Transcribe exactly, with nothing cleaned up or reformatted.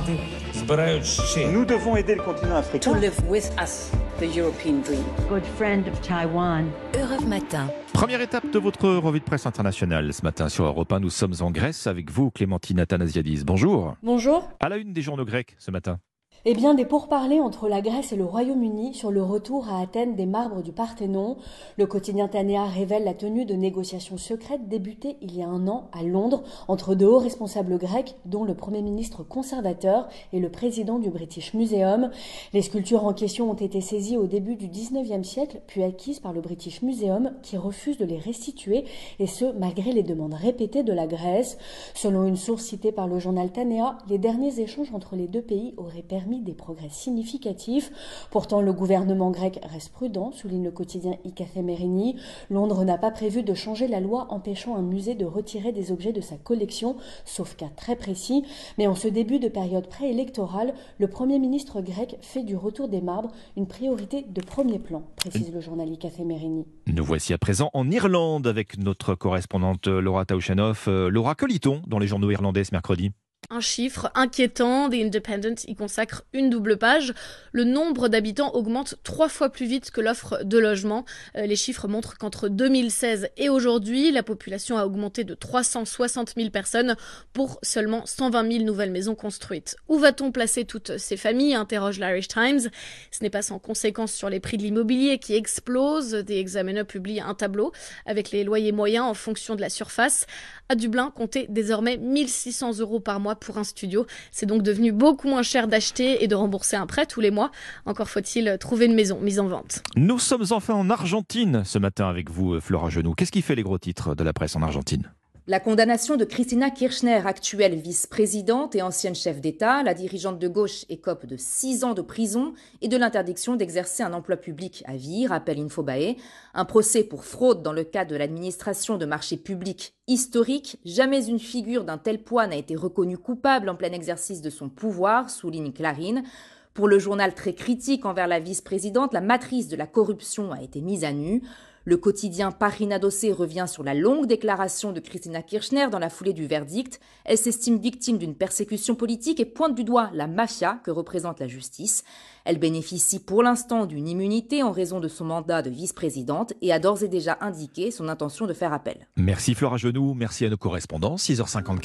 Nous devons aider le continent africain. To live with us, the European dream. Good friend of Taiwan. Europe Matin. Première étape de votre revue de presse internationale. Ce matin sur Europe un, nous sommes en Grèce avec vous, Clémentine Athanasiadis. Bonjour. Bonjour. À la une des journaux grecs ce matin. Eh bien, des pourparlers entre la Grèce et le Royaume-Uni sur le retour à Athènes des marbres du Parthénon. Le quotidien Tanea révèle la tenue de négociations secrètes débutées il y a un an à Londres entre de hauts responsables grecs, dont le Premier ministre conservateur et le président du British Museum. Les sculptures en question ont été saisies au début du dix-neuvième siècle, puis acquises par le British Museum, qui refuse de les restituer, et ce, malgré les demandes répétées de la Grèce. Selon une source citée par le journal Tanea, les derniers échanges entre les deux pays auraient permis des progrès significatifs. Pourtant, le gouvernement grec reste prudent, souligne le quotidien Ikathemerini. Londres n'a pas prévu de changer la loi empêchant un musée de retirer des objets de sa collection, sauf cas très précis. Mais en ce début de période préélectorale, le Premier ministre grec fait du retour des marbres une priorité de premier plan, précise le journal Ikathemerini. Nous voici à présent en Irlande avec notre correspondante Laura Tauchanoff. Euh, Laura, que lit-on dans les journaux irlandais ce mercredi ? Un chiffre inquiétant, The Independent y consacre une double page. Le nombre d'habitants augmente trois fois plus vite que l'offre de logement. Euh, les chiffres montrent qu'entre deux mille seize et aujourd'hui, la population a augmenté de trois cent soixante mille personnes pour seulement cent vingt mille nouvelles maisons construites. Où va-t-on placer toutes ces familles ? Interroge l'Irish Times. Ce n'est pas sans conséquence sur les prix de l'immobilier qui explosent. The Examiner publie un tableau avec les loyers moyens en fonction de la surface. À Dublin, comptez désormais mille six cents euros par mois pour un studio. C'est donc devenu beaucoup moins cher d'acheter et de rembourser un prêt tous les mois. Encore faut-il trouver une maison mise en vente. Nous sommes enfin en Argentine ce matin avec vous, Flora Genoux. Qu'est-ce qui fait les gros titres de la presse en Argentine ? La condamnation de Cristina Kirchner, actuelle vice-présidente et ancienne chef d'État, la dirigeante de gauche écope de six ans de prison et de l'interdiction d'exercer un emploi public à vie, rappelle Infobae. Un procès pour fraude dans le cadre de l'administration de marchés publics historique. Jamais une figure d'un tel poids n'a été reconnue coupable en plein exercice de son pouvoir, souligne Clarín. Pour le journal très critique envers la vice-présidente, la matrice de la corruption a été mise à nu. Le quotidien Página doce revient sur la longue déclaration de Cristina Kirchner dans la foulée du verdict. Elle s'estime victime d'une persécution politique et pointe du doigt la mafia que représente la justice. Elle bénéficie pour l'instant d'une immunité en raison de son mandat de vice-présidente et a d'ores et déjà indiqué son intention de faire appel. Merci Flora Genoux, merci à nos correspondants. six heures cinquante-quatre.